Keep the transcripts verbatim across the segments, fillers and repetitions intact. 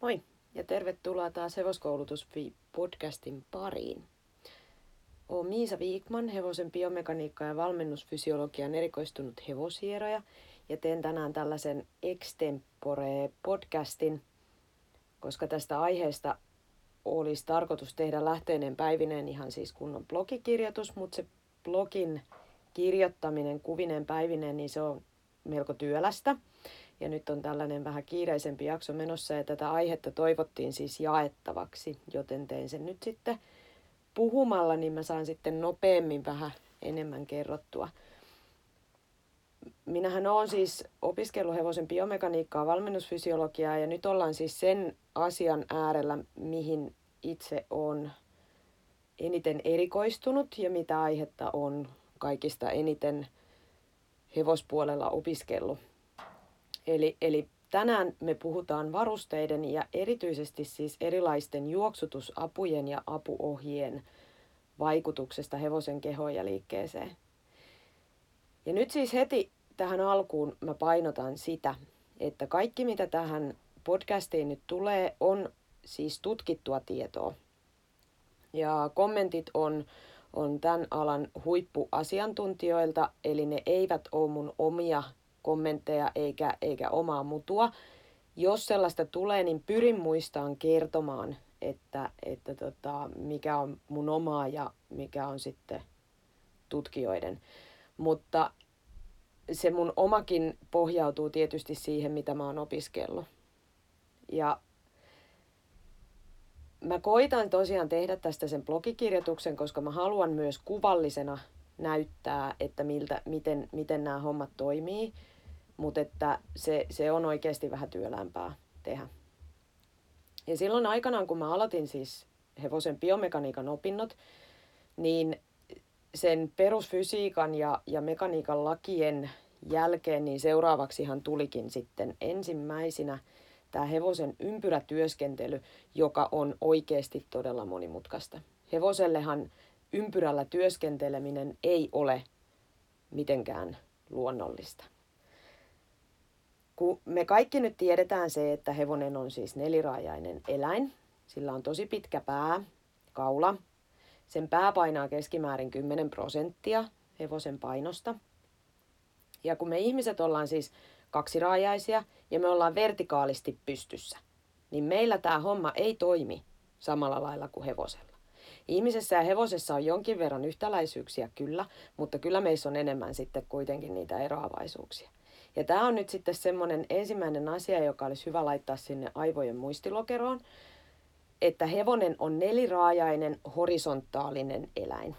Moi ja tervetuloa taas Hevoskoulutus.podcastin pariin. Olen Miisa Viikman, hevosen biomekaniikka- ja valmennusfysiologian erikoistunut hevoshieroja ja teen tänään tällaisen extempore-podcastin, koska tästä aiheesta olisi tarkoitus tehdä lähteineen päivineen ihan siis kunnon blogikirjoitus, mutta se blogin kirjoittaminen kuvineen päivineen, niin se on melko työlästä. Ja nyt on tällainen vähän kiireisempi jakso menossa ja tätä aihetta toivottiin siis jaettavaksi, joten tein sen nyt sitten puhumalla, niin mä saan sitten nopeammin vähän enemmän kerrottua. Minähän olen siis opiskellut hevosen biomekaniikkaa, valmennusfysiologiaa ja nyt ollaan siis sen asian äärellä, mihin itse olen eniten erikoistunut ja mitä aihetta on kaikista eniten hevospuolella opiskellut. Eli, eli tänään me puhutaan varusteiden ja erityisesti siis erilaisten juoksutusapujen ja apuohjien vaikutuksesta hevosen kehoon ja liikkeeseen. Ja nyt siis heti tähän alkuun mä painotan sitä, että kaikki mitä tähän podcastiin nyt tulee on siis tutkittua tietoa. Ja kommentit on, on tämän alan huippuasiantuntijoilta, eli ne eivät ole mun omia kommentteja eikä, eikä omaa mutua. Jos sellaista tulee, niin pyrin muistamaan kertomaan, että, että tota, mikä on mun omaa ja mikä on sitten tutkijoiden. Mutta se mun omakin pohjautuu tietysti siihen, mitä mä oon opiskellut. Ja mä koitan tosiaan tehdä tästä sen blogikirjoituksen, koska mä haluan myös kuvallisena näyttää, että miltä, miten, miten nämä hommat toimii. Mutta että se, se on oikeasti vähän työlämpää tehdä. Ja silloin aikanaan, kun mä aloitin siis hevosen biomekaniikan opinnot, niin sen perusfysiikan ja, ja mekaniikan lakien jälkeen, niin seuraavaksihan tulikin sitten ensimmäisenä tämä hevosen ympyrätyöskentely, joka on oikeasti todella monimutkaista. Hevosellehan ympyrällä työskenteleminen ei ole mitenkään luonnollista. Kun me kaikki nyt tiedetään se, että hevonen on siis neliraajainen eläin, sillä on tosi pitkä pää, kaula. Sen pää painaa keskimäärin kymmenen prosenttia hevosen painosta. Ja kun me ihmiset ollaan siis kaksiraajaisia ja me ollaan vertikaalisti pystyssä, niin meillä tämä homma ei toimi samalla lailla kuin hevosella. Ihmisessä ja hevosessa on jonkin verran yhtäläisyyksiä kyllä, mutta kyllä meissä on enemmän sitten kuitenkin niitä eroavaisuuksia. Ja tämä on nyt sitten semmoinen ensimmäinen asia, joka olisi hyvä laittaa sinne aivojen muistilokeroon, että hevonen on neliraajainen horisontaalinen eläin.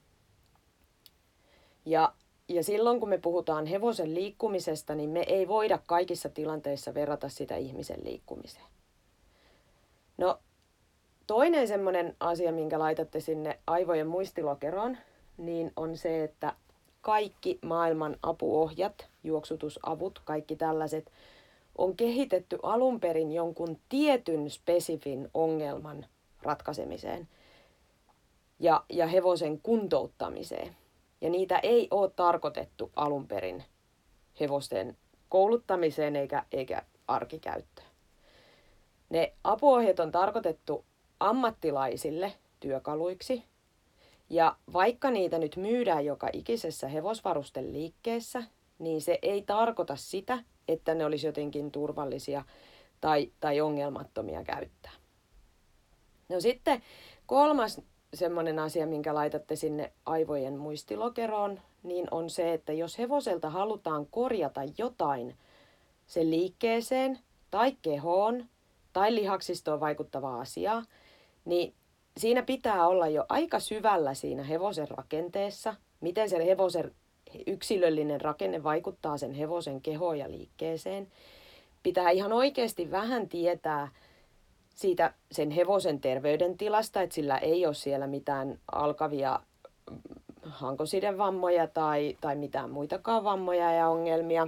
Ja, ja silloin kun me puhutaan hevosen liikkumisesta, niin me ei voida kaikissa tilanteissa verrata sitä ihmisen liikkumiseen. No toinen semmoinen asia, minkä laitatte sinne aivojen muistilokeroon, niin on se, että kaikki maailman apuohjat, juoksutusavut, kaikki tällaiset on kehitetty alun perin jonkun tietyn spesifin ongelman ratkaisemiseen ja, ja hevosen kuntouttamiseen. Ja niitä ei ole tarkoitettu alun perin hevosten kouluttamiseen eikä, eikä arkikäyttöön. Ne apuohjeet on tarkoitettu ammattilaisille työkaluiksi. Ja vaikka niitä nyt myydään joka ikisessä hevosvarusten liikkeessä, niin se ei tarkoita sitä, että ne olisi jotenkin turvallisia tai, tai ongelmattomia käyttää. No sitten kolmas semmoinen asia, minkä laitatte sinne aivojen muistilokeroon, niin on se, että jos hevoselta halutaan korjata jotain sen liikkeeseen tai kehoon tai lihaksistoon vaikuttavaa asiaa, niin siinä pitää olla jo aika syvällä siinä hevosen rakenteessa, miten se hevosen yksilöllinen rakenne vaikuttaa sen hevosen kehoon ja liikkeeseen. Pitää ihan oikeasti vähän tietää siitä sen hevosen terveydentilasta, että sillä ei ole siellä mitään alkavia hankosidevammoja tai, tai mitään muitakaan vammoja ja ongelmia.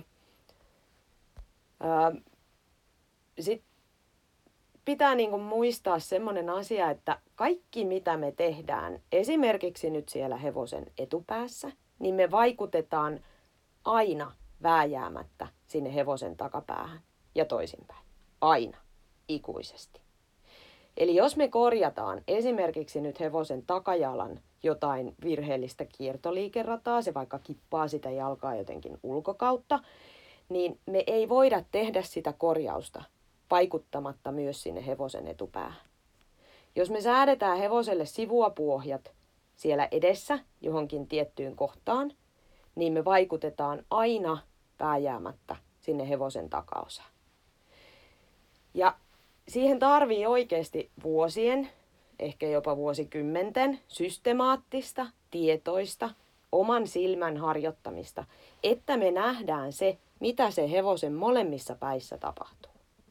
Sitten pitää niin kuin muistaa semmoinen asia, että kaikki mitä me tehdään, esimerkiksi nyt siellä hevosen etupäässä, niin me vaikutetaan aina vääjäämättä sinne hevosen takapäähän ja toisinpäin. Aina. ikuisesti. Eli jos me korjataan esimerkiksi nyt hevosen takajalan jotain virheellistä kiertoliikerataa, se vaikka kippaa sitä jalkaa jotenkin ulkokautta, niin me ei voida tehdä sitä korjausta vaikuttamatta myös sinne hevosen etupäähän. Jos me säädetään hevoselle sivuapuohjat siellä edessä johonkin tiettyyn kohtaan, niin me vaikutetaan aina vääjäämättä sinne hevosen takaosaan. Ja siihen tarvii oikeasti vuosien, ehkä jopa vuosikymmenten, systemaattista, tietoista, oman silmän harjoittamista, että me nähdään se, mitä se hevosen molemmissa päissä tapahtuu.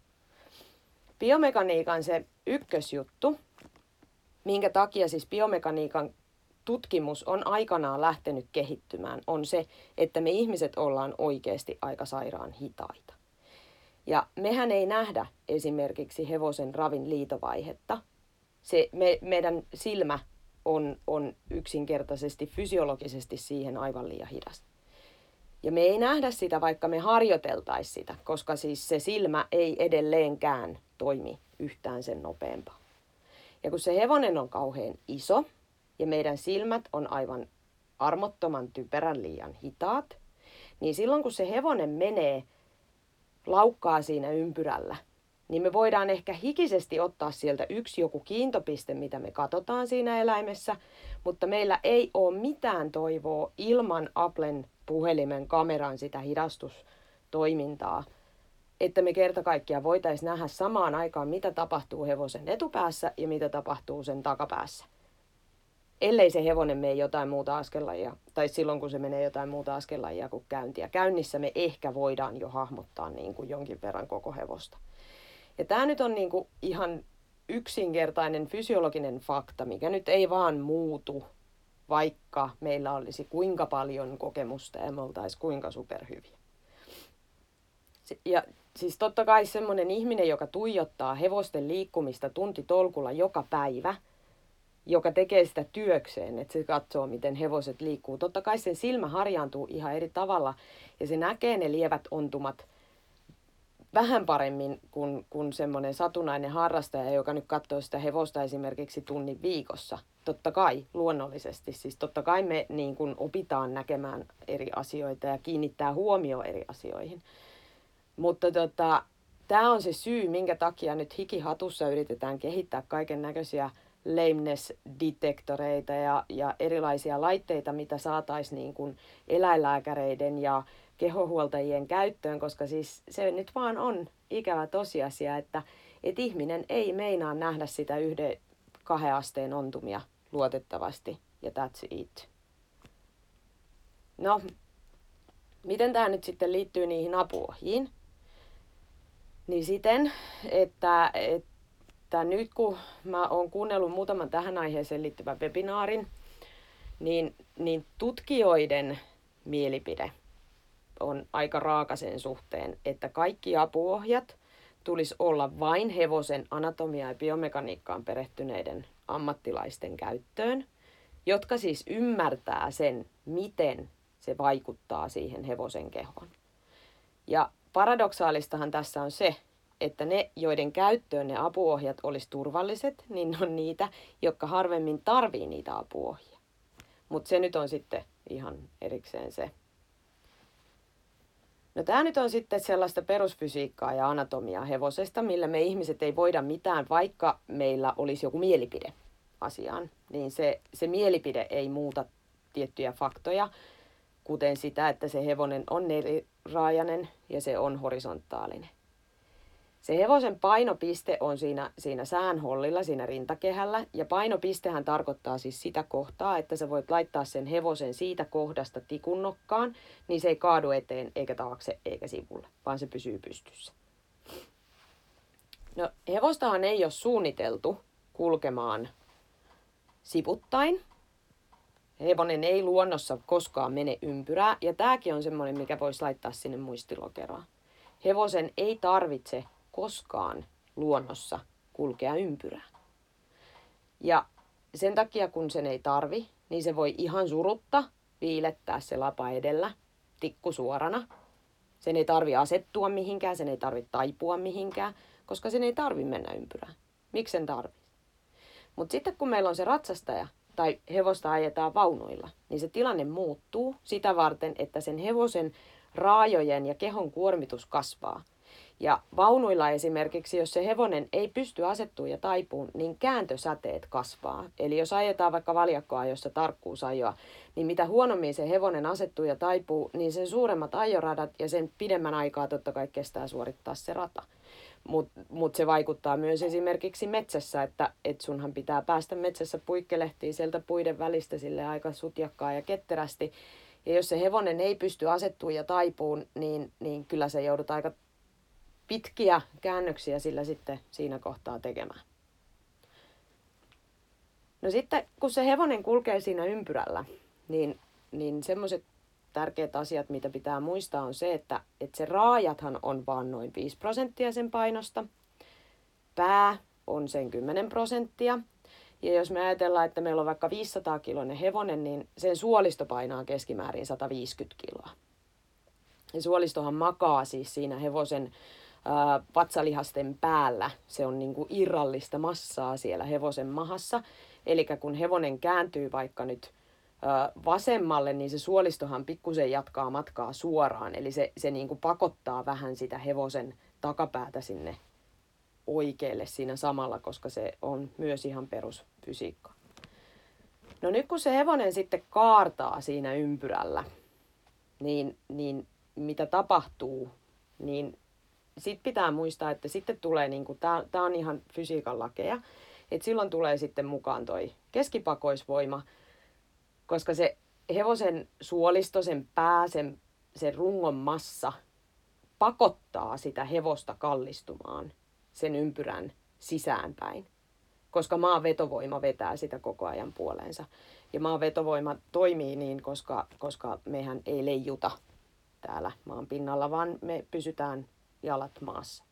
Biomekaniikan se ykkösjuttu, minkä takia siis biomekaniikan tutkimus on aikanaan lähtenyt kehittymään, on se, että me ihmiset ollaan oikeasti aika sairaan hitaita. Ja mehän ei nähdä esimerkiksi hevosen ravin liitovaihetta. Se, me, meidän silmä on, on yksinkertaisesti fysiologisesti siihen aivan liian hidas. Ja me ei nähdä sitä, vaikka me harjoiteltaisiin sitä, koska siis se silmä ei edelleenkään toimi yhtään sen nopeampaa. Ja kun se hevonen on kauhean iso ja meidän silmät on aivan armottoman typerän liian hitaat, niin silloin kun se hevonen menee laukkaa siinä ympyrällä, niin me voidaan ehkä hikisesti ottaa sieltä yksi joku kiintopiste, mitä me katsotaan siinä eläimessä, mutta meillä ei ole mitään toivoa ilman Applen puhelimen kameran sitä hidastustoimintaa, että me kerta kaikkiaan voitaisiin nähdä samaan aikaan, mitä tapahtuu hevosen etupäässä ja mitä tapahtuu sen takapäässä. Ellei se hevonen mene jotain muuta askelajia, tai silloin kun se menee jotain muuta askelajia kuin käyntiä. Käynnissä me ehkä voidaan jo hahmottaa niin kuin jonkin verran koko hevosta. Ja tämä nyt on niin kuin ihan yksinkertainen fysiologinen fakta, mikä nyt ei vaan muutu, vaikka meillä olisi kuinka paljon kokemusta ja me oltaisiin kuinka superhyviä. Ja siis totta kai semmoinen ihminen, joka tuijottaa hevosten liikkumista tuntitolkulla joka päivä, joka tekee sitä työkseen, että se katsoo, miten hevoset liikkuu. Totta kai sen silmä harjaantuu ihan eri tavalla ja se näkee ne lievät ontumat vähän paremmin kuin, kuin semmoinen satunnainen harrastaja, joka nyt katsoo sitä hevosta esimerkiksi tunnin viikossa. Totta kai, luonnollisesti. Siis totta kai me niin kuin opitaan näkemään eri asioita ja kiinnittää huomioon eri asioihin. Mutta tota, tämä on se syy, minkä takia nyt hikihatussa yritetään kehittää kaiken näköisiä lameness-detektoreita ja, ja erilaisia laitteita, mitä saataisiin niin kuin eläinlääkäreiden ja kehohuoltajien käyttöön, koska siis se nyt vaan on ikävä tosiasia, että, että ihminen ei meinaa nähdä sitä yhden kahden asteen ontumia luotettavasti ja that's it. No, miten tämä nyt sitten liittyy niihin apuohjiin? Niin siten, että, että nyt kun mä oon kuunnellut muutaman tähän aiheeseen liittyvän webinaarin, niin, niin tutkijoiden mielipide on aika raaka sen suhteen, että kaikki apuohjat tulisi olla vain hevosen anatomiaan ja biomekaniikkaan perehtyneiden ammattilaisten käyttöön, jotka siis ymmärtää sen, miten se vaikuttaa siihen hevosen kehoon. Ja paradoksaalistahan tässä on se, että ne, joiden käyttöön ne apuohjat olisi turvalliset, niin on niitä, jotka harvemmin tarvii niitä apuohjia. Mutta se nyt on sitten ihan erikseen se. No tämä nyt on sitten sellaista perusfysiikkaa ja anatomiaa hevosesta, millä me ihmiset ei voida mitään, vaikka meillä olisi joku mielipide asiaan. Niin se, se mielipide ei muuta tiettyjä faktoja, kuten sitä, että se hevonen on neliraajainen ja se on horisontaalinen. Se hevosen painopiste on siinä, siinä säänhollilla, siinä rintakehällä, ja painopistehän tarkoittaa siis sitä kohtaa, että sä voit laittaa sen hevosen siitä kohdasta tikun nokkaan, niin se ei kaadu eteen eikä taakse eikä sivulle, vaan se pysyy pystyssä. No hevostahan ei ole suunniteltu kulkemaan sivuttain. Hevonen ei luonnossa koskaan mene ympyrää, ja tämäkin on semmoinen, mikä voisi laittaa sinne muistilokeroon. Hevosen ei tarvitse koskaan luonnossa kulkea ympyrää. Ja sen takia, kun sen ei tarvi, niin se voi ihan surutta viilettää se lapa edellä, tikku suorana, Sen ei tarvi asettua mihinkään, sen ei tarvi taipua mihinkään, koska sen ei tarvi mennä ympyrään. Miksi sen tarvii? Mutta sitten kun meillä on se ratsastaja tai hevosta ajetaan vaunuilla, niin se tilanne muuttuu sitä varten, että sen hevosen raajojen ja kehon kuormitus kasvaa. Ja vaunuilla esimerkiksi, jos se hevonen ei pysty asettumaan ja taipuun, niin kääntösäteet kasvaa. Eli jos ajetaan vaikka valjakkoajossa tarkkuusajoa, niin mitä huonommin se hevonen asettuu ja taipuu, niin sen suuremmat ajoradat ja sen pidemmän aikaa totta kai kestää suorittaa se rata. Mutta mut se vaikuttaa myös esimerkiksi metsässä, että et sunhan pitää päästä metsässä puikkelehtiin sieltä puiden välistä sille aika sutjakkaa ja ketterästi. Ja jos se hevonen ei pysty asettumaan ja taipuun, niin, niin kyllä se joudut aika pitkiä käännöksiä sillä sitten siinä kohtaa tekemään. No sitten kun se hevonen kulkee siinä ympyrällä, niin, niin semmoiset tärkeät asiat, mitä pitää muistaa, on se, että, että se raajathan on vaan noin viisi prosenttia sen painosta. Pää on sen kymmenen prosenttia. Ja jos me ajatellaan, että meillä on vaikka viisisataa kiloinen hevonen, niin sen suolisto painaa keskimäärin sata viisikymmentä kiloa. Ja suolistohan makaa siis siinä hevosen ää, vatsalihasten päällä. Se on niin kuin irrallista massaa siellä hevosen mahassa. Eli kun hevonen kääntyy vaikka nyt vasemmalle, niin se suolistohan pikkusen jatkaa matkaa suoraan. Eli se, se niin kuin pakottaa vähän sitä hevosen takapäätä sinne oikealle siinä samalla, koska se on myös ihan perusfysiikkaa. No nyt kun se hevonen sitten kaartaa siinä ympyrällä, niin, niin mitä tapahtuu, niin sitten pitää muistaa, että sitten tulee, niin kuin, tää, tää on ihan fysiikan lakeja, että silloin tulee sitten mukaan toi keskipakoisvoima, koska se hevosen suolisto, sen pää, sen, sen rungon massa pakottaa sitä hevosta kallistumaan sen ympyrän sisäänpäin, koska maan vetovoima vetää sitä koko ajan puoleensa. Ja maan vetovoima toimii niin, koska, koska mehän ei leijuta täällä maan pinnalla, vaan me pysytään jalat maassa.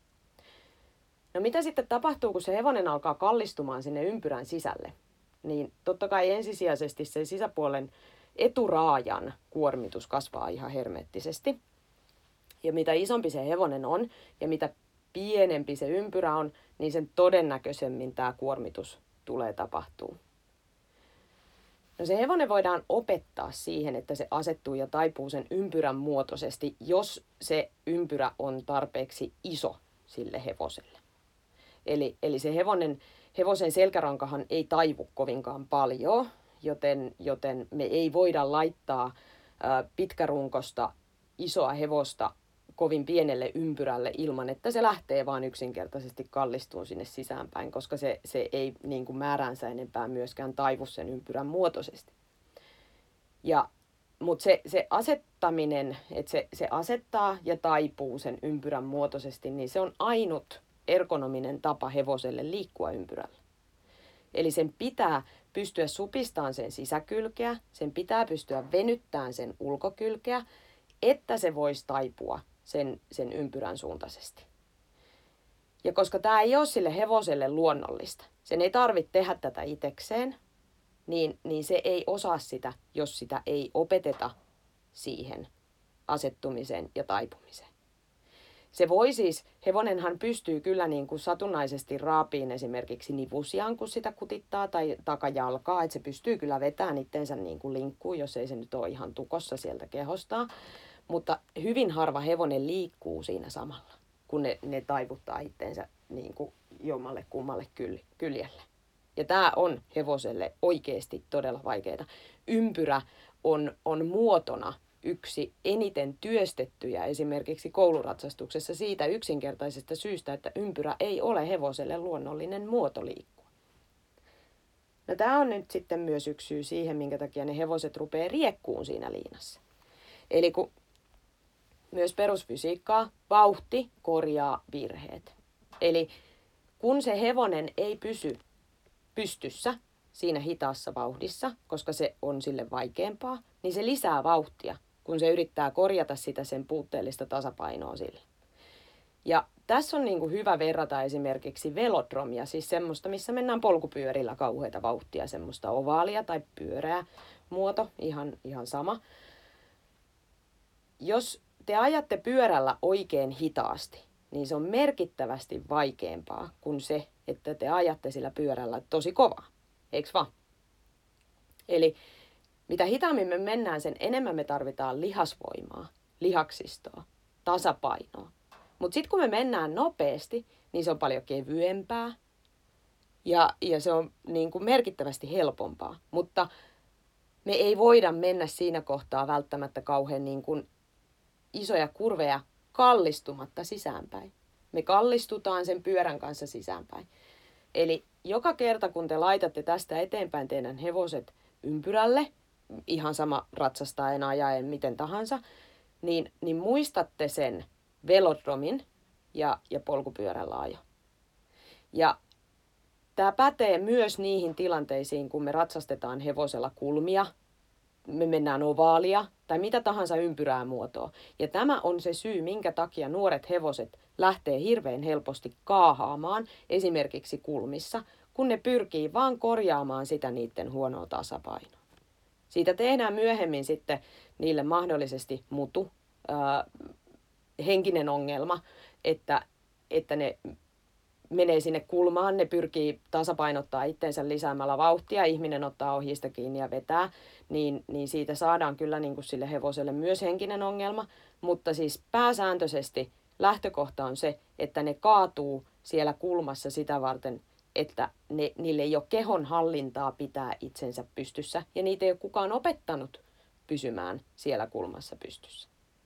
No mitä sitten tapahtuu, kun se hevonen alkaa kallistumaan sinne ympyrän sisälle? Niin totta kai ensisijaisesti sen sisäpuolen eturaajan kuormitus kasvaa ihan hermeettisesti. Ja mitä isompi se hevonen on ja mitä pienempi se ympyrä on, niin sen todennäköisemmin tämä kuormitus tulee tapahtuu. No se hevonen voidaan opettaa siihen, että se asettuu ja taipuu sen ympyrän muotoisesti, jos se ympyrä on tarpeeksi iso sille hevoselle. Eli, eli se hevonen, hevosen selkärankahan ei taivu kovinkaan paljon, joten, joten me ei voida laittaa ää, pitkärunkosta isoa hevosta kovin pienelle ympyrälle ilman, että se lähtee vaan yksinkertaisesti kallistumaan sinne sisäänpäin, koska se, se ei niin kuin määräänsä enempää myöskään taivu sen ympyrän muotoisesti. Ja, mutta se, se asettaminen, että se, se asettaa ja taipuu sen ympyrän muotoisesti, niin se on ainut ergonominen tapa hevoselle liikkua ympyrällä. Eli sen pitää pystyä supistamaan sen sisäkylkeä, sen pitää pystyä venyttämään sen ulkokylkeä, että se voisi taipua sen, sen ympyrän suuntaisesti. Ja koska tämä ei ole sille hevoselle luonnollista, sen ei tarvitse tehdä tätä itsekseen, niin, niin se ei osaa sitä, jos sitä ei opeteta siihen asettumiseen ja taipumiseen. Se voi siis, hevonenhan pystyy kyllä niin kuin satunnaisesti raapiin esimerkiksi nivusiaan, kun sitä kutittaa, tai takajalkaa, että se pystyy kyllä vetämään itsensä niin kuin linkkuun, jos ei se nyt ole ihan tukossa sieltä kehostaan. Mutta hyvin harva hevonen liikkuu siinä samalla, kun ne, ne taivuttaa itsensä niin kuin jommalle kummalle kyl, kyljelle. Ja tämä on hevoselle oikeasti todella vaikeaa. Ympyrä on, on muotona yksi eniten työstettyjä esimerkiksi kouluratsastuksessa siitä yksinkertaisesta syystä, että ympyrä ei ole hevoselle luonnollinen muoto liikkua. No tämä on nyt sitten myös yksi syy siihen, minkä takia ne hevoset rupeaa riekkuun siinä liinassa. Eli kun myös perusfysiikkaa, vauhti korjaa virheet. Eli kun se hevonen ei pysy pystyssä siinä hitaassa vauhdissa, koska se on sille vaikeampaa, niin se lisää vauhtia, kun se yrittää korjata sitä sen puutteellista tasapainoa sille. Ja tässä on niin kuin hyvä verrata esimerkiksi velodromia, siis semmoista, missä mennään polkupyörillä kauheita vauhtia, semmoista ovaalia tai pyöreä muoto, ihan, ihan sama. Jos te ajatte pyörällä oikein hitaasti, niin se on merkittävästi vaikeampaa kuin se, että te ajatte sillä pyörällä tosi kovaa. Eiks vaan? Eli mitä hitaammin me mennään, sen enemmän me tarvitaan lihasvoimaa, lihaksistoa, tasapainoa. Mutta sitten kun me mennään nopeasti, niin se on paljon kevyempää ja, ja se on niin kuin merkittävästi helpompaa. Mutta me ei voida mennä siinä kohtaa välttämättä kauhean niin kuin isoja kurveja kallistumatta sisäänpäin. Me kallistutaan sen pyörän kanssa sisäänpäin. Eli joka kerta, kun te laitatte tästä eteenpäin teidän hevoset ympyrälle, ihan sama ratsastaen, ajaen, miten tahansa, niin, niin muistatte sen velodromin ja, ja polkupyörällä ajo. Ja tämä pätee myös niihin tilanteisiin, kun me ratsastetaan hevosella kulmia, me mennään ovaalia tai mitä tahansa ympyrää muotoa. Ja tämä on se syy, minkä takia nuoret hevoset lähtee hirveän helposti kaahaamaan esimerkiksi kulmissa, kun ne pyrkii vaan korjaamaan sitä niiden huonoa tasapainoa. Siitä tehdään myöhemmin sitten niille mahdollisesti mutu, ää, henkinen ongelma, että, että ne menee sinne kulmaan, ne pyrkii tasapainottaa itsensä lisäämällä vauhtia, ihminen ottaa ohjista kiinni ja vetää, niin, niin siitä saadaan kyllä niin kuin sille hevoselle myös henkinen ongelma, mutta siis pääsääntöisesti lähtökohta on se, että ne kaatuu siellä kulmassa sitä varten, että ne, niille ei ole kehon hallintaa pitää itsensä pystyssä ja niitä ei ole kukaan opettanut pysymään siellä kulmassa pystyssä.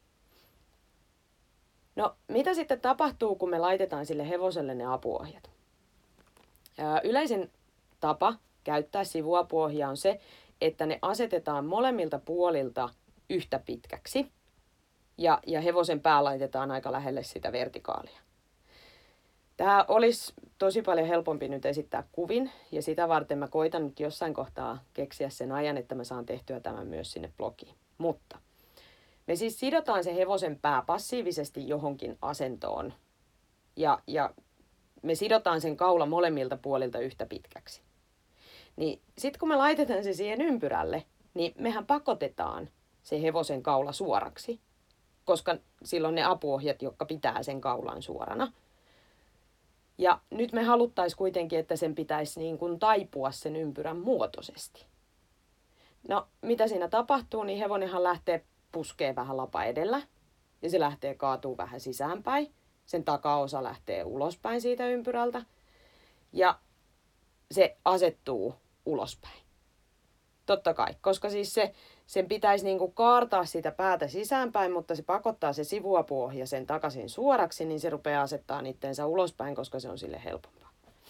No, mitä sitten tapahtuu, kun me laitetaan sille hevoselle ne apuohjat? Ää, yleisen tapa käyttää sivuapuohjaa on se, että ne asetetaan molemmilta puolilta yhtä pitkäksi ja, ja hevosen pää laitetaan aika lähelle sitä vertikaalia. Tämä olisi tosi paljon helpompi nyt esittää kuvin ja sitä varten mä koitan nyt jossain kohtaa keksiä sen ajan, että mä saan tehtyä tämän myös sinne blogiin. Mutta me siis sidotaan se hevosen pää passiivisesti johonkin asentoon ja, ja me sidotaan sen kaula molemmilta puolilta yhtä pitkäksi. Niin sitten kun me laitetaan se siihen ympyrälle, niin mehän pakotetaan se hevosen kaula suoraksi, koska silloin ne apuohjat, jotka pitää sen kaulan suorana. Ja nyt me haluttaisiin kuitenkin, että sen pitäisi niin kuin taipua sen ympyrän muotoisesti. No, mitä siinä tapahtuu, niin hevonenhan lähtee puskee vähän lapa edellä ja se lähtee kaatuu vähän sisäänpäin. Sen takaosa lähtee ulospäin siitä ympyrältä ja se asettuu ulospäin. Totta kai, koska siis se, sen pitäisi niinku kaartaa sitä päätä sisäänpäin, mutta se pakottaa se sivuapuohja sen takaisin suoraksi, niin se rupeaa asettaa itteensä ulospäin, koska se on sille helpompaa.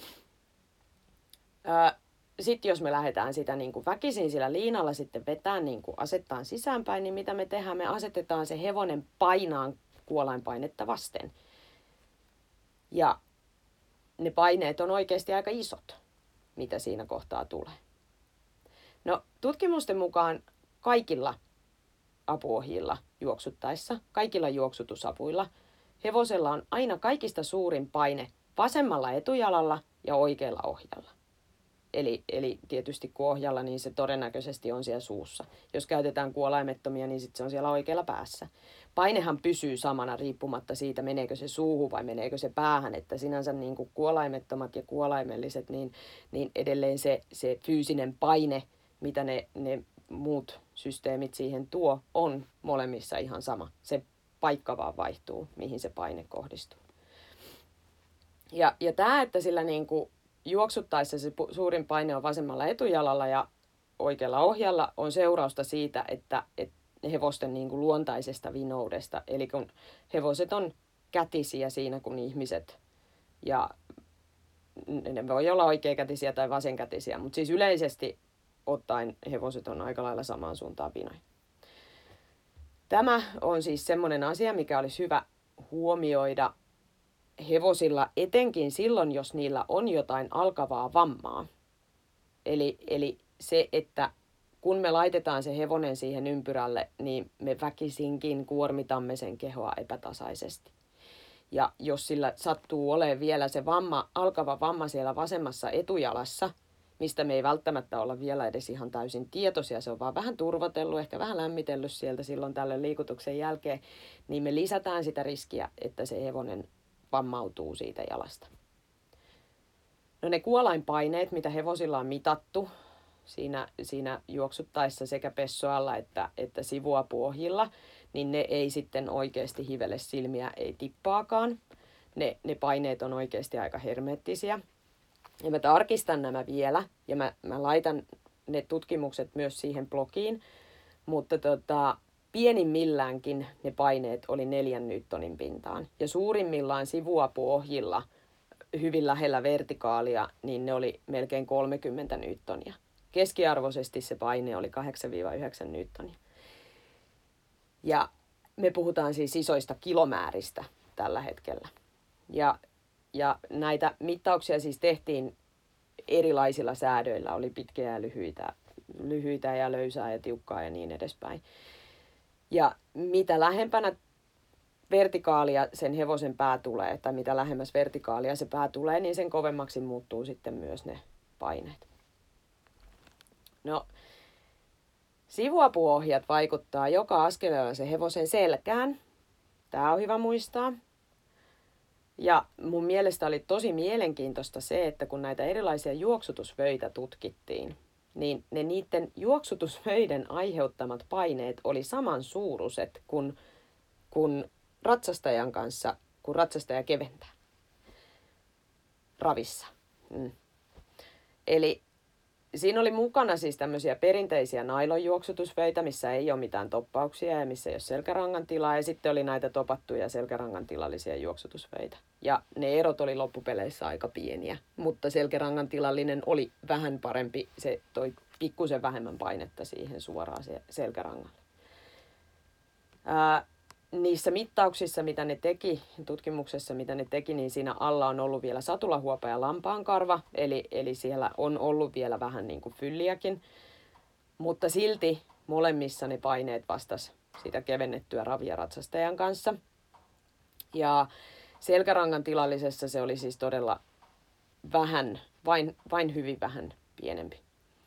Öö, Sitten jos me lähdetään sitä niin kuin väkisin sillä liinalla sitten vetään niin kuin asettaan sisäänpäin, niin mitä me tehdään? Me asetetaan se hevonen painaan kuolainpainetta vasten. Ja ne paineet on oikeasti aika isot, mitä siinä kohtaa tulee. No, tutkimusten mukaan kaikilla apuohjilla juoksuttaessa, kaikilla juoksutusapuilla, hevosella on aina kaikista suurin paine vasemmalla etujalalla ja oikealla ohjalla. Eli, eli tietysti kun ohjalla, niin se todennäköisesti on siellä suussa. Jos käytetään kuolaimettomia, niin sitten se on siellä oikealla päässä. Painehan pysyy samana riippumatta siitä, meneekö se suuhun vai meneekö se päähän. Että sinänsä niin kuin kuolaimettomat ja kuolaimelliset, niin, niin edelleen se, se fyysinen paine, mitä ne, ne muut systeemit siihen tuo, on molemmissa ihan sama. Se paikka vaan vaihtuu, mihin se paine kohdistuu. Ja, ja tämä, että sillä niin kuin juoksuttaessa se suurin paine on vasemmalla etujalalla ja oikealla ohjalla, on seurausta siitä, että, että hevosten niin kuin luontaisesta vinoudesta. Eli kun hevoset on kätisiä siinä kuin ihmiset, ja ne voi olla oikeakätisiä tai vasenkätisiä, mutta siis yleisesti ottaen hevoset on aika lailla samaan suuntaan vinoja. Tämä on siis semmoinen asia, mikä olisi hyvä huomioida hevosilla etenkin silloin, jos niillä on jotain alkavaa vammaa. Eli, eli se, että kun me laitetaan se hevonen siihen ympyrälle, niin me väkisinkin kuormitamme sen kehoa epätasaisesti. Ja jos sillä sattuu olemaan vielä se vamma, alkava vamma siellä vasemmassa etujalassa, mistä me ei välttämättä olla vielä edes ihan täysin tietoisia, se on vaan vähän turvotellut, ehkä vähän lämmitellyt sieltä silloin tällöin liikutuksen jälkeen, niin me lisätään sitä riskiä, että se hevonen vammautuu siitä jalasta. No ne kuolainpaineet, mitä hevosilla on mitattu siinä, siinä juoksuttaessa sekä pessoalla että, että sivuapuohjilla, niin ne ei sitten oikeasti hivele silmiä, ei tippaakaan. Ne, ne paineet on oikeasti aika hermeettisiä. Ja mä tarkistan nämä vielä, ja mä, mä laitan ne tutkimukset myös siihen blogiin, mutta tota, pienimmilläänkin ne paineet oli neljän newtonin pintaan. Ja suurimmillaan sivuapuohjilla, hyvin lähellä vertikaalia, niin ne oli melkein kolmekymmentä newtonia. Keskiarvoisesti se paine oli kahdeksan yhdeksän newtonia. Ja me puhutaan siis isoista kilomääristä tällä hetkellä. Ja, ja näitä mittauksia siis tehtiin erilaisilla säädöillä. Oli pitkiä ja lyhyitä, lyhyitä ja löysää ja tiukkaa ja niin edespäin. Ja mitä lähempänä vertikaalia sen hevosen pää tulee, tai mitä lähemmäs vertikaalia se pää tulee, niin sen kovemmaksi muuttuu sitten myös ne paineet. No, sivuapuohjat vaikuttaa joka askeleella se hevosen selkään. Tämä on hyvä muistaa. Ja mun mielestä oli tosi mielenkiintoista se, että kun näitä erilaisia juoksutusvöitä tutkittiin, niin ne niiden juoksutusvöiden aiheuttamat paineet oli samansuuruiset kuin, kuin ratsastajan kanssa, kun ratsastaja keventää ravissa. Mm. Eli siinä oli mukana siis tämmöisiä perinteisiä nailonjuoksutusvöitä, missä ei ole mitään toppauksia ja missä ei ole selkärangan tilaa. Ja sitten oli näitä topattuja selkärangan tilallisia juoksutusvöitä. Ja ne erot oli loppupeleissä aika pieniä, mutta selkärangan tilallinen oli vähän parempi. Se toi pikkusen vähemmän painetta siihen suoraan se selkärangalle. Ää, niissä mittauksissa, mitä ne teki, tutkimuksessa, mitä ne teki, niin siinä alla on ollut vielä satulahuopa ja lampaankarva, eli, eli siellä on ollut vielä vähän niin kuin fylliäkin, mutta silti molemmissa ne paineet vastas sitä kevennettyä ravia ratsastajan kanssa. Ja selkärangan tilallisessa se oli siis todella vähän, vain, vain hyvin vähän pienempi.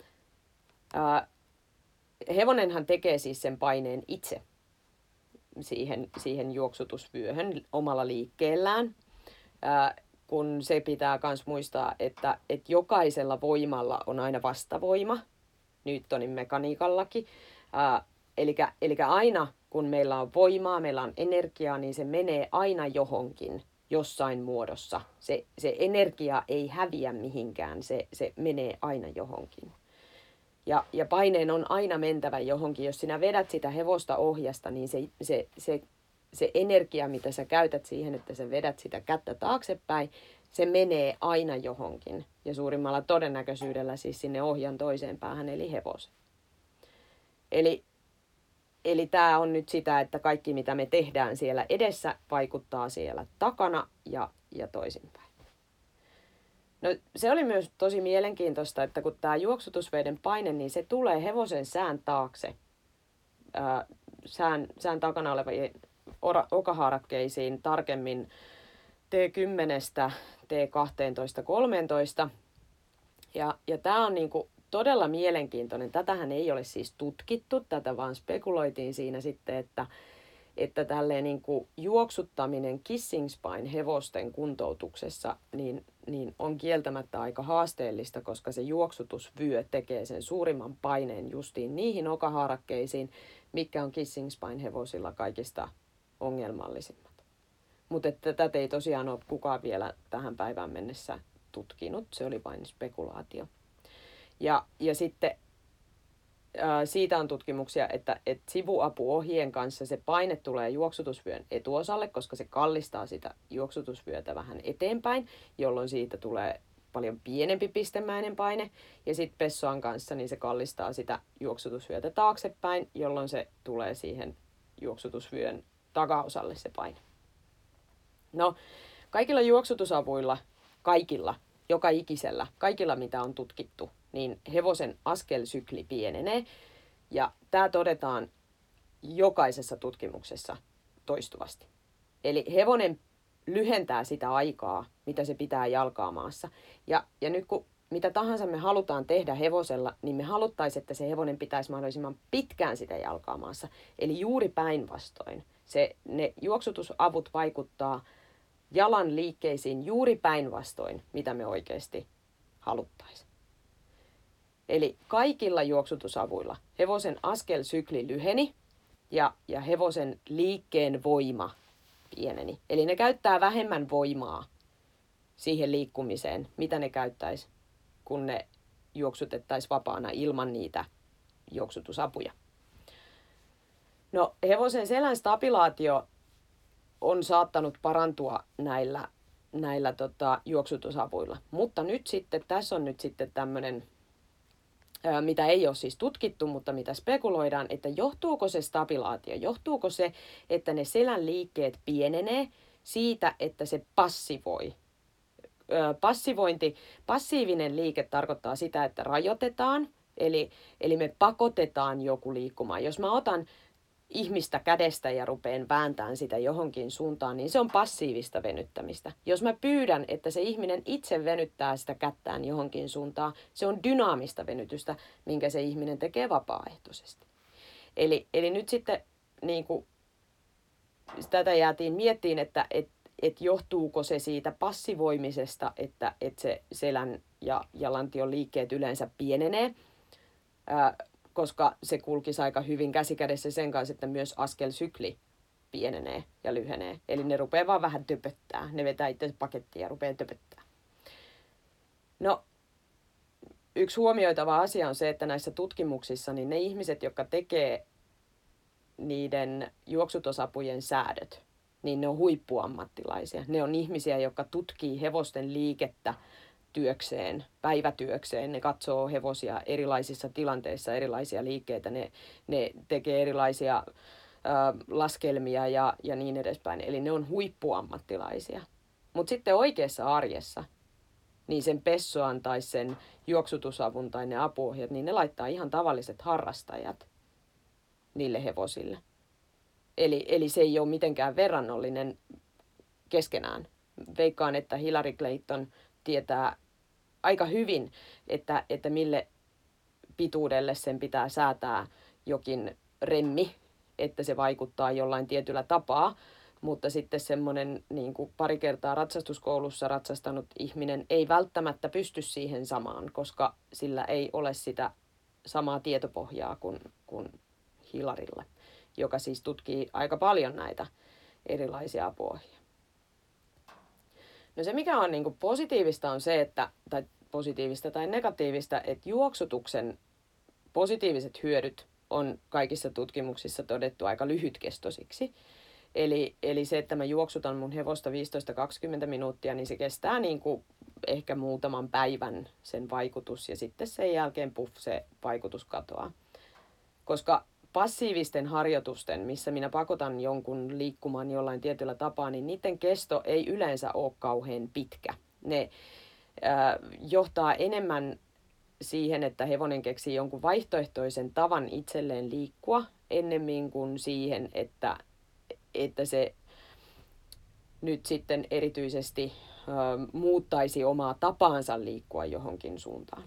Ää, hevonenhan tekee siis sen paineen itse. Siihen, siihen juoksutusvyöhön omalla liikkeellään, ää, kun se pitää myös muistaa, että, että jokaisella voimalla on aina vastavoima, Newtonin mekaniikallakin. Eli aina kun meillä on voimaa, meillä on energiaa, niin se menee aina johonkin jossain muodossa. Se, se energia ei häviä mihinkään, se, se menee aina johonkin. Ja, ja paineen on aina mentävä johonkin. Jos sinä vedät sitä hevosta ohjasta, niin se, se, se, se energia, mitä sä käytät siihen, että sä vedät sitä kättä taaksepäin, se menee aina johonkin. Ja suurimmalla todennäköisyydellä siis sinne ohjan toiseen päähän, eli hevosen. Eli, eli tämä on nyt sitä, että kaikki mitä me tehdään siellä edessä, vaikuttaa siellä takana ja, ja toisinpäin. No se oli myös tosi mielenkiintoista, että kun tämä juoksutusveden paine, niin se tulee hevosen sään taakse, ää, sään, sään takana oleviin okahaarakkeisiin, tarkemmin T kymmenen T kaksitoista kolmetoista. Ja, ja tämä on niinku todella mielenkiintoinen. Tätähän ei ole siis tutkittu, tätä vaan spekuloitiin siinä sitten, että että tälleen niin kuin juoksuttaminen kissing spine hevosten kuntoutuksessa niin, niin on kieltämättä aika haasteellista, koska se juoksutusvyö tekee sen suurimman paineen justiin niihin okahaarakkeisiin, mitkä on kissing spine hevosilla kaikista ongelmallisimmat. Mutta tätä ei tosiaan ole kukaan vielä tähän päivään mennessä tutkinut, se oli vain spekulaatio. Ja, ja sitten siitä on tutkimuksia, että, että sivuapuohjien kanssa se paine tulee juoksutusvyön etuosalle, koska se kallistaa sitä juoksutusvyötä vähän eteenpäin, jolloin siitä tulee paljon pienempi pistemäinen paine. Ja sitten pessoan kanssa niin se kallistaa sitä juoksutusvyötä taaksepäin, jolloin se tulee siihen juoksutusvyön takaosalle se paine. No, kaikilla juoksutusavuilla, kaikilla, joka ikisellä, kaikilla mitä on tutkittu, niin hevosen askelsykli pienenee. Ja tämä todetaan jokaisessa tutkimuksessa toistuvasti. Eli hevonen lyhentää sitä aikaa, mitä se pitää jalkaa maassa. Ja, ja nyt kun mitä tahansa me halutaan tehdä hevosella, niin me haluttaisiin, että se hevonen pitäisi mahdollisimman pitkään sitä jalkaa maassa. Eli juuri päinvastoin. Se, ne juoksutusavut vaikuttaa jalan liikkeisiin juuri päinvastoin, mitä me oikeasti haluttaisiin. Eli kaikilla juoksutusavuilla hevosen askelsykli lyheni ja, ja hevosen liikkeen voima pieneni. Eli ne käyttää vähemmän voimaa siihen liikkumiseen, mitä ne käyttäisi, kun ne juoksutettaisiin vapaana ilman niitä juoksutusapuja. No, hevosen selän stabilaatio on saattanut parantua näillä, näillä tota, juoksutusavuilla. Mutta nyt sitten, tässä on nyt sitten tämmöinen, mitä ei ole siis tutkittu, mutta mitä spekuloidaan, että johtuuko se stabilaatio, johtuuko se, että ne selän liikkeet pienenee siitä, että se passivoi. Passivointi, passiivinen liike tarkoittaa sitä, että rajoitetaan, eli, eli me pakotetaan joku liikkumaan. Jos mä otan ihmistä kädestä ja rupeen vääntämään sitä johonkin suuntaan, niin se on passiivista venyttämistä. Jos mä pyydän, että se ihminen itse venyttää sitä kättään johonkin suuntaan, se on dynaamista venytystä, minkä se ihminen tekee vapaaehtoisesti. Eli, eli nyt sitten niin kuin, tätä jäätiin miettiin, että et, et johtuuko se siitä passivoimisesta, että, että se selän ja, ja lantion liikkeet yleensä pienenee, ää, koska se kulkisi aika hyvin käsikädessä sen kanssa, että myös askelsykli pienenee ja lyhenee. Eli ne rupeaa vaan vähän töpöttää. Ne vetää itse pakettia ja rupeaa töpöttää. No, yksi huomioitava asia on se, että näissä tutkimuksissa niin ne ihmiset, jotka tekee niiden juoksutusapujen säädöt, niin ne on huippuammattilaisia. Ne on ihmisiä, jotka tutkii hevosten liikettä työkseen, päivätyökseen. Ne katsoo hevosia erilaisissa tilanteissa, erilaisia liikkeitä. Ne, ne tekee erilaisia ö, laskelmia ja, ja niin edespäin. Eli ne on huippuammattilaisia. Mutta sitten oikeassa arjessa, niin sen pessoan tai sen juoksutusavun tai ne apuohjat, niin ne laittaa ihan tavalliset harrastajat niille hevosille. Eli, eli se ei ole mitenkään verrannollinen keskenään. Veikkaan, että Hillary Clayton tietää aika hyvin, että, että mille pituudelle sen pitää säätää jokin remmi, että se vaikuttaa jollain tietyllä tapaa, mutta sitten semmoinen niin kuin pari kertaa ratsastuskoulussa ratsastanut ihminen ei välttämättä pysty siihen samaan, koska sillä ei ole sitä samaa tietopohjaa kuin, kuin Hillarylla, joka siis tutkii aika paljon näitä erilaisia apuohjia. No se, mikä on niin kuin positiivista, on se, että, tai positiivista tai negatiivista, että juoksutuksen positiiviset hyödyt on kaikissa tutkimuksissa todettu aika lyhytkestoisiksi. Eli, eli se, että mä juoksutan mun hevosta viisitoista kaksikymmentä minuuttia, niin se kestää niin kuin ehkä muutaman päivän sen vaikutus, ja sitten sen jälkeen puff, se vaikutus katoaa. Koska passiivisten harjoitusten, missä minä pakotan jonkun liikkumaan jollain tietyllä tapaa, niin niiden kesto ei yleensä ole kauhean pitkä. Ne äh, johtaa enemmän siihen, että hevonen keksii jonkun vaihtoehtoisen tavan itselleen liikkua, ennemmin kuin siihen, että, että se nyt sitten erityisesti äh, muuttaisi omaa tapaansa liikkua johonkin suuntaan.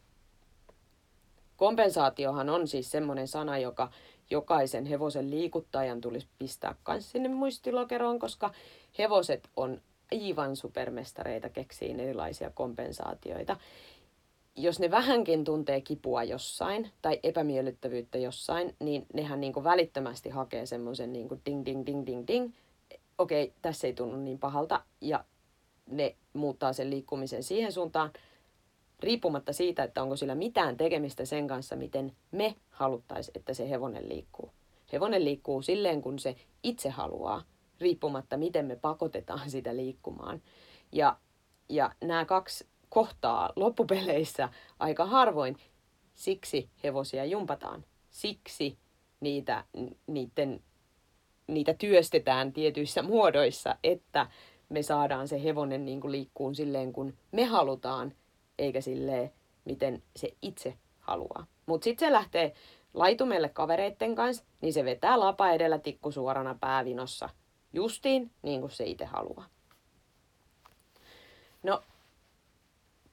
Kompensaatiohan on siis semmoinen sana, joka jokaisen hevosen liikuttajan tulisi pistää myös sinne muistilokeroon, koska hevoset on aivan supermestareita keksiin erilaisia kompensaatioita. Jos ne vähänkin tuntee kipua jossain tai epämiellyttävyyttä jossain, niin nehän niin kuin välittömästi hakee semmoisen niin kuin ding ding ding ding ding. Okei, tässä ei tunnu niin pahalta, ja ne muuttaa sen liikkumisen siihen suuntaan, riippumatta siitä, että onko sillä mitään tekemistä sen kanssa, miten me haluttaisiin, että se hevonen liikkuu. Hevonen liikkuu silleen, kun se itse haluaa, riippumatta miten me pakotetaan sitä liikkumaan. Ja, ja nämä kaksi kohtaa loppupeleissä aika harvoin. Siksi hevosia jumpataan. Siksi niitä, niiden, niitä työstetään tietyissä muodoissa, että me saadaan se hevonen niin kuin liikkuun silleen, kun me halutaan, eikä silleen, miten se itse haluaa. Mutta sitten se lähtee laitumelle kavereitten kanssa, niin se vetää lapa edellä tikku suorana päävinossa. Justiin niin kuin se itse haluaa. No,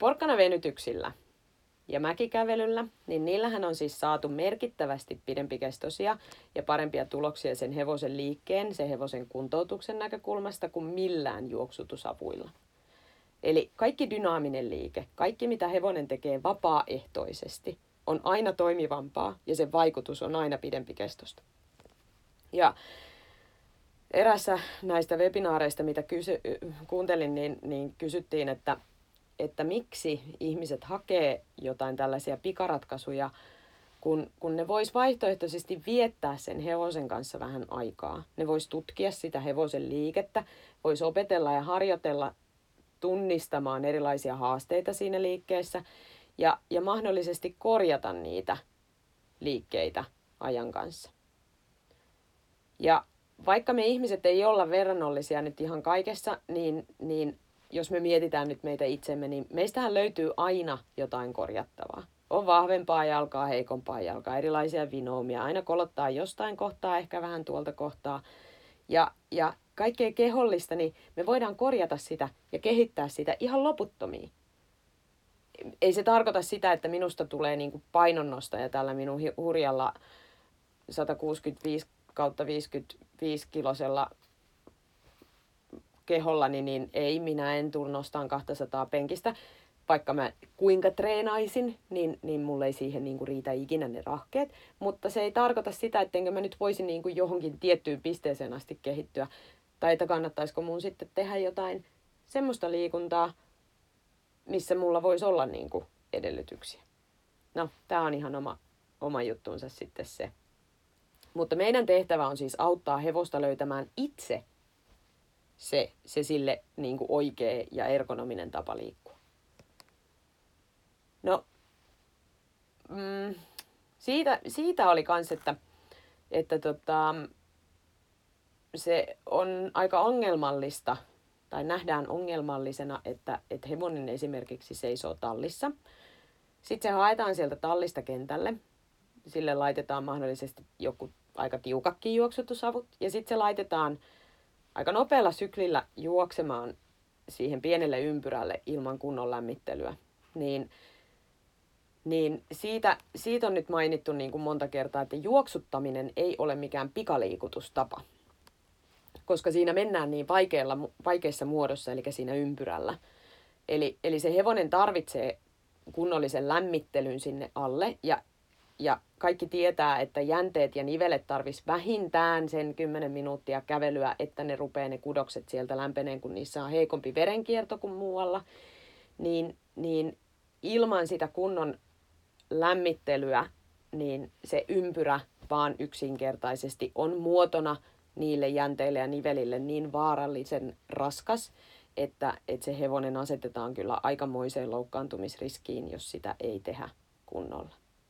porkkanavenytyksillä ja mäkikävelyllä, niin niillähän on siis saatu merkittävästi pidempikestoisia ja parempia tuloksia sen hevosen liikkeen, sen hevosen kuntoutuksen näkökulmasta kuin millään juoksutusavuilla. Eli kaikki dynaaminen liike, kaikki mitä hevonen tekee vapaaehtoisesti, on aina toimivampaa ja sen vaikutus on aina pidempikestoista. Ja erässä näistä webinaareista, mitä kysy, kuuntelin, niin, niin kysyttiin, että, että miksi ihmiset hakee jotain tällaisia pikaratkaisuja, kun, kun ne vois vaihtoehtoisesti viettää sen hevosen kanssa vähän aikaa. Ne vois tutkia sitä hevosen liikettä, vois opetella ja harjoitella tunnistamaan erilaisia haasteita siinä liikkeessä ja, ja mahdollisesti korjata niitä liikkeitä ajan kanssa. Ja vaikka me ihmiset ei olla verrannollisia nyt ihan kaikessa, niin, niin jos me mietitään nyt meitä itsemme, niin meistähän löytyy aina jotain korjattavaa. On vahvempaa jalkaa, heikompaa jalkaa, erilaisia vinoumia, aina kolottaa jostain kohtaa, ehkä vähän tuolta kohtaa. Ja, ja kaikkea kehollista, niin me voidaan korjata sitä ja kehittää sitä ihan loputtomiin. Ei se tarkoita sitä, että minusta tulee niin kuin painonnostaja tällä minun hurjalla sata kuusikymmentäviisi kautta viisikymmentäviisi kilosella kehollani, niin ei, minä en tule nostamaan kaksisataa penkistä. Vaikka mä kuinka treenaisin, niin, niin mulle ei siihen niin kuin riitä ikinä ne rahkeet. Mutta se ei tarkoita sitä, ettenkö mä nyt voisi niin kuin johonkin tiettyyn pisteeseen asti kehittyä. Tai että kannattaisiko mun sitten tehdä jotain semmoista liikuntaa, missä mulla voisi olla niin kuin edellytyksiä. No, tää on ihan oma, oma juttuunsa sitten se. Mutta meidän tehtävä on siis auttaa hevosta löytämään itse se, se sille niin kuin oikea ja ergonominen tapa liikkua. No, mm, siitä, siitä oli kans, että, että tota, se on aika ongelmallista, tai nähdään ongelmallisena, että, että hevonen esimerkiksi seisoo tallissa. Sitten se haetaan sieltä tallista kentälle. Sille laitetaan mahdollisesti joku aika tiukakkin juoksutusavut. Ja sitten se laitetaan aika nopealla syklillä juoksemaan siihen pienelle ympyrälle ilman kunnon lämmittelyä. Niin, niin siitä, siitä on nyt mainittu niin kuin monta kertaa, että juoksuttaminen ei ole mikään pikaliikutustapa. Koska siinä mennään niin vaikealla, vaikeassa muodossa, eli siinä ympyrällä. Eli, eli se hevonen tarvitsee kunnollisen lämmittelyn sinne alle, ja, ja kaikki tietää, että jänteet ja nivelet tarvitsisi vähintään sen kymmenen minuuttia kävelyä, että ne rupeaa ne kudokset sieltä lämpeneen, kun niissä on heikompi verenkierto kuin muualla. Niin, niin ilman sitä kunnon lämmittelyä, niin se ympyrä vaan yksinkertaisesti on muotona niille jänteille ja nivelille niin vaarallisen raskas, että, että se hevonen asetetaan kyllä aikamoiseen loukkaantumisriskiin, jos sitä ei tehdä kunnolla.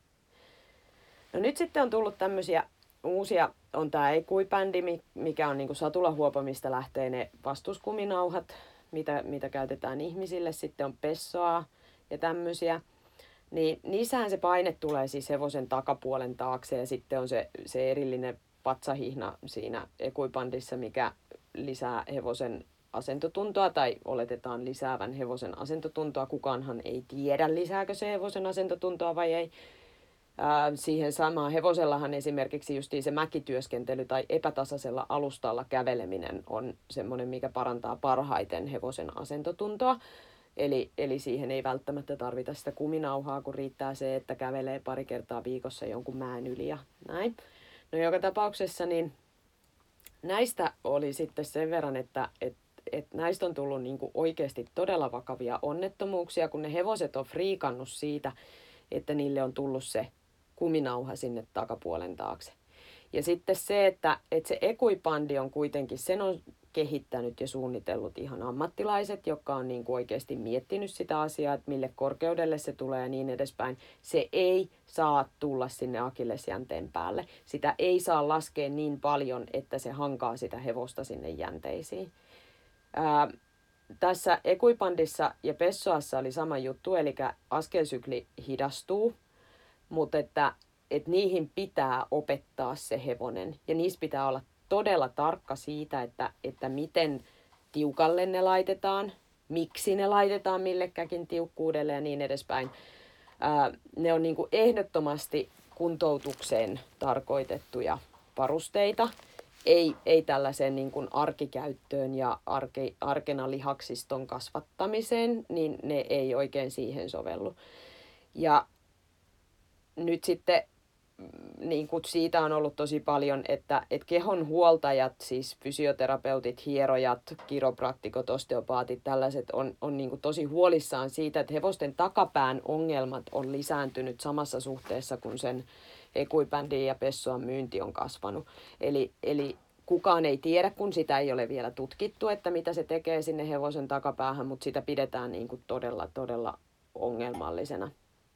No nyt sitten on tullut tämmöisiä uusia, on tämä Equibändi, mikä on niinku satulahuopamista lähtee ne vastuskuminauhat, mitä, mitä käytetään ihmisille. Sitten on Pessoa ja tämmöisiä. Niin niissähän se paine tulee siis hevosen takapuolen taakse ja sitten on se, se erillinen vatsahihna siinä Equibandissa, mikä lisää hevosen asentotuntoa tai oletetaan lisäävän hevosen asentotuntoa. Kukaanhan ei tiedä, lisääkö se hevosen asentotuntoa vai ei. Ää, siihen samaan hevosellahan esimerkiksi justiin se mäkityöskentely tai epätasaisella alustalla käveleminen on semmoinen, mikä parantaa parhaiten hevosen asentotuntoa. Eli, eli siihen ei välttämättä tarvita sitä kuminauhaa, kun riittää se, että kävelee pari kertaa viikossa jonkun mäen yli ja näin. No joka tapauksessa niin näistä oli sitten sen verran, että et, et näistä on tullut niinku oikeasti todella vakavia onnettomuuksia, kun ne hevoset on friikannut siitä, että niille on tullut se kuminauha sinne takapuolen taakse. Ja sitten se, että, että se Equibandi on kuitenkin, sen on kehittänyt ja suunnitellut ihan ammattilaiset, jotka on niin kuin oikeasti miettinyt sitä asiaa, että mille korkeudelle se tulee ja niin edespäin. Se ei saa tulla sinne akillesjänteen päälle. Sitä ei saa laskea niin paljon, että se hankaa sitä hevosta sinne jänteisiin. Ää, tässä Equibandissa ja Pessoassa oli sama juttu, eli askelsykli hidastuu, mutta että, että niihin pitää opettaa se hevonen ja niissä pitää olla todella tarkka siitä, että, että miten tiukalle ne laitetaan, miksi ne laitetaan millekäkin tiukkuudelle ja niin edespäin. Ää, ne on niin kuin ehdottomasti kuntoutukseen tarkoitettuja varusteita, ei, ei tällaiseen niin kuin arkikäyttöön ja arke, arkena lihaksiston kasvattamiseen, niin ne ei oikein siihen sovellu. Ja nyt sitten niin kuin siitä on ollut tosi paljon, että, että kehon huoltajat, siis fysioterapeutit, hierojat, kiropraktikot, osteopaatit, tällaiset on, on niin kuin tosi huolissaan siitä, että hevosten takapään ongelmat on lisääntynyt samassa suhteessa, kun sen equibändin ja pessoan myynti on kasvanut. Eli, eli kukaan ei tiedä, kun sitä ei ole vielä tutkittu, että mitä se tekee sinne hevosen takapäähän, mutta sitä pidetään niin kuin todella, todella ongelmallisena.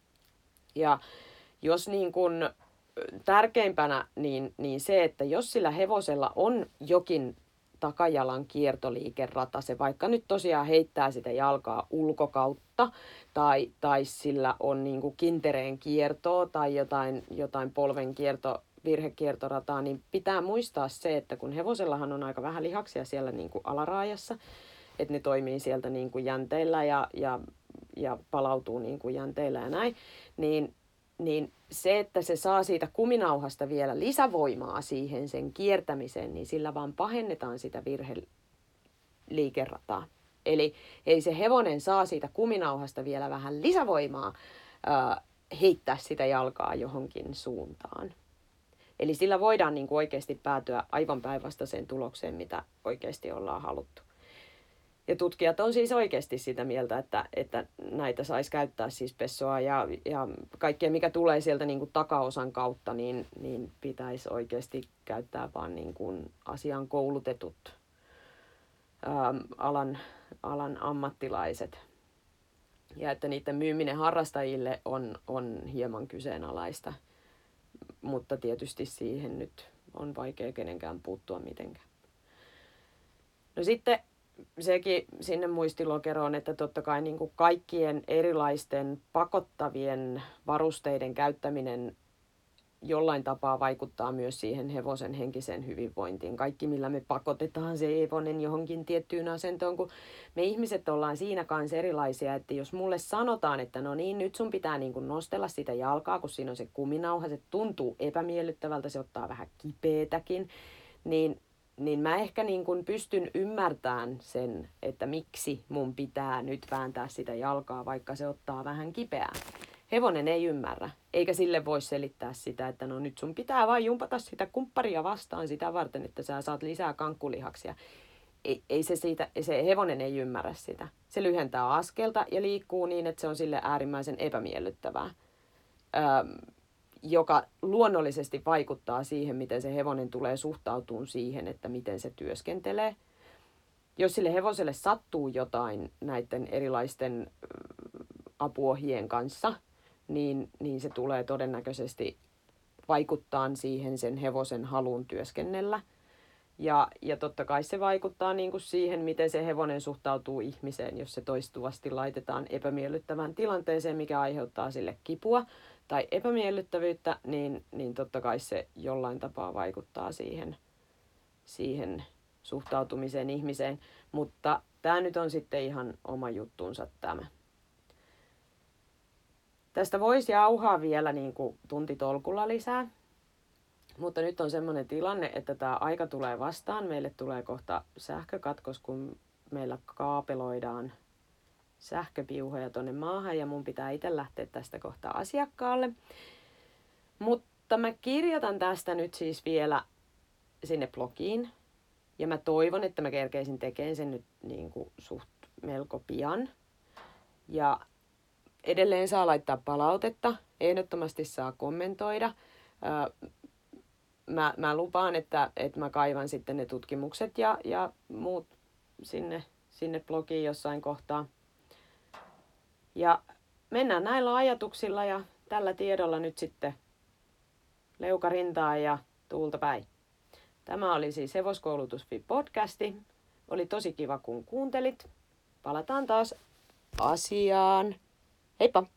Ja jos niin kuin tärkeimpänä niin, niin se, että jos sillä hevosella on jokin takajalan kiertoliikerata, se vaikka nyt tosiaan heittää sitä jalkaa ulkokautta tai, tai sillä on niin kuin kintereen kiertoa tai jotain, jotain polven kierto, virhekiertorataa, niin pitää muistaa se, että kun hevosellahan on aika vähän lihaksia siellä niin kuin alaraajassa, että ne toimii sieltä niin kuin jänteillä ja, ja, ja palautuu niin kuin jänteillä ja näin, niin niin se, että se saa siitä kuminauhasta vielä lisävoimaa siihen sen kiertämiseen, niin sillä vaan pahennetaan sitä virheliikerataa. Eli, eli se hevonen saa siitä kuminauhasta vielä vähän lisävoimaa ää, heittää sitä jalkaa johonkin suuntaan. Eli sillä voidaan niin kuin oikeasti päätyä aivan päinvastaiseen tulokseen, mitä oikeasti ollaan haluttu. Ja tutkijat on siis oikeasti sitä mieltä, että, että näitä saisi käyttää siis pessoa ja, ja kaikkea, mikä tulee sieltä niin kuin takaosan kautta, niin, niin pitäisi oikeasti käyttää vaan niin kuin asiaan koulutetut ää, alan, alan ammattilaiset. Ja että niiden myyminen harrastajille on, on hieman kyseenalaista, mutta tietysti siihen nyt on vaikea kenenkään puuttua mitenkään. No sitten sekin sinne muistilokeroon, että totta kai niin kuin kaikkien erilaisten pakottavien varusteiden käyttäminen jollain tapaa vaikuttaa myös siihen hevosen henkiseen hyvinvointiin. Kaikki, millä me pakotetaan se hevonen johonkin tiettyyn asentoon, kun me ihmiset ollaan siinä kanssa erilaisia, että jos mulle sanotaan, että no niin, nyt sun pitää niin kuin nostella sitä jalkaa, kun siinä on se kuminauha, se tuntuu epämiellyttävältä, se ottaa vähän kipeätäkin, niin niin mä ehkä niin kuin pystyn ymmärtämään sen, että miksi mun pitää nyt vääntää sitä jalkaa, vaikka se ottaa vähän kipeää. Hevonen ei ymmärrä, eikä sille voi selittää sitä, että no nyt sun pitää vain jumpata sitä kumpparia vastaan sitä varten, että sä saat lisää kankkulihaksia. Ei, ei se, siitä, se hevonen ei ymmärrä sitä. Se lyhentää askelta ja liikkuu niin, että se on sille äärimmäisen epämiellyttävää. Öö, joka luonnollisesti vaikuttaa siihen, miten se hevonen tulee suhtautumaan siihen, että miten se työskentelee. Jos sille hevoselle sattuu jotain näiden erilaisten apuohjien kanssa, niin, niin se tulee todennäköisesti vaikuttaa siihen sen hevosen haluun työskennellä. Ja, ja totta kai se vaikuttaa niin kuin siihen, miten se hevonen suhtautuu ihmiseen, jos se toistuvasti laitetaan epämiellyttävään tilanteeseen, mikä aiheuttaa sille kipua tai epämiellyttävyyttä, niin, niin totta kai se jollain tapaa vaikuttaa siihen, siihen suhtautumiseen ihmiseen. Mutta tämä nyt on sitten ihan oma juttuunsa tämä. Tästä voisi jauhaa vielä niin kuin tuntitolkulla lisää. Mutta nyt on semmoinen tilanne, että tämä aika tulee vastaan. Meille tulee kohta sähkökatkos, kun meillä kaapeloidaan sähköpiuhoja tuonne maahan ja mun pitää itse lähteä tästä kohtaa asiakkaalle. Mutta mä kirjoitan tästä nyt siis vielä sinne blogiin. Ja mä toivon, että mä kerkeisin tekemään sen nyt niin kuin suht melko pian. Ja edelleen saa laittaa palautetta. Ehdottomasti saa kommentoida. Mä, mä lupaan, että, että mä kaivan sitten ne tutkimukset ja, ja muut sinne, sinne blogiin jossain kohtaa. Ja mennään näillä ajatuksilla ja tällä tiedolla nyt sitten leukarintaan ja tuulta päin. Tämä oli siis Hevoskoulutus.podcasti. Oli tosi kiva, kun kuuntelit. Palataan taas asiaan. Heippa!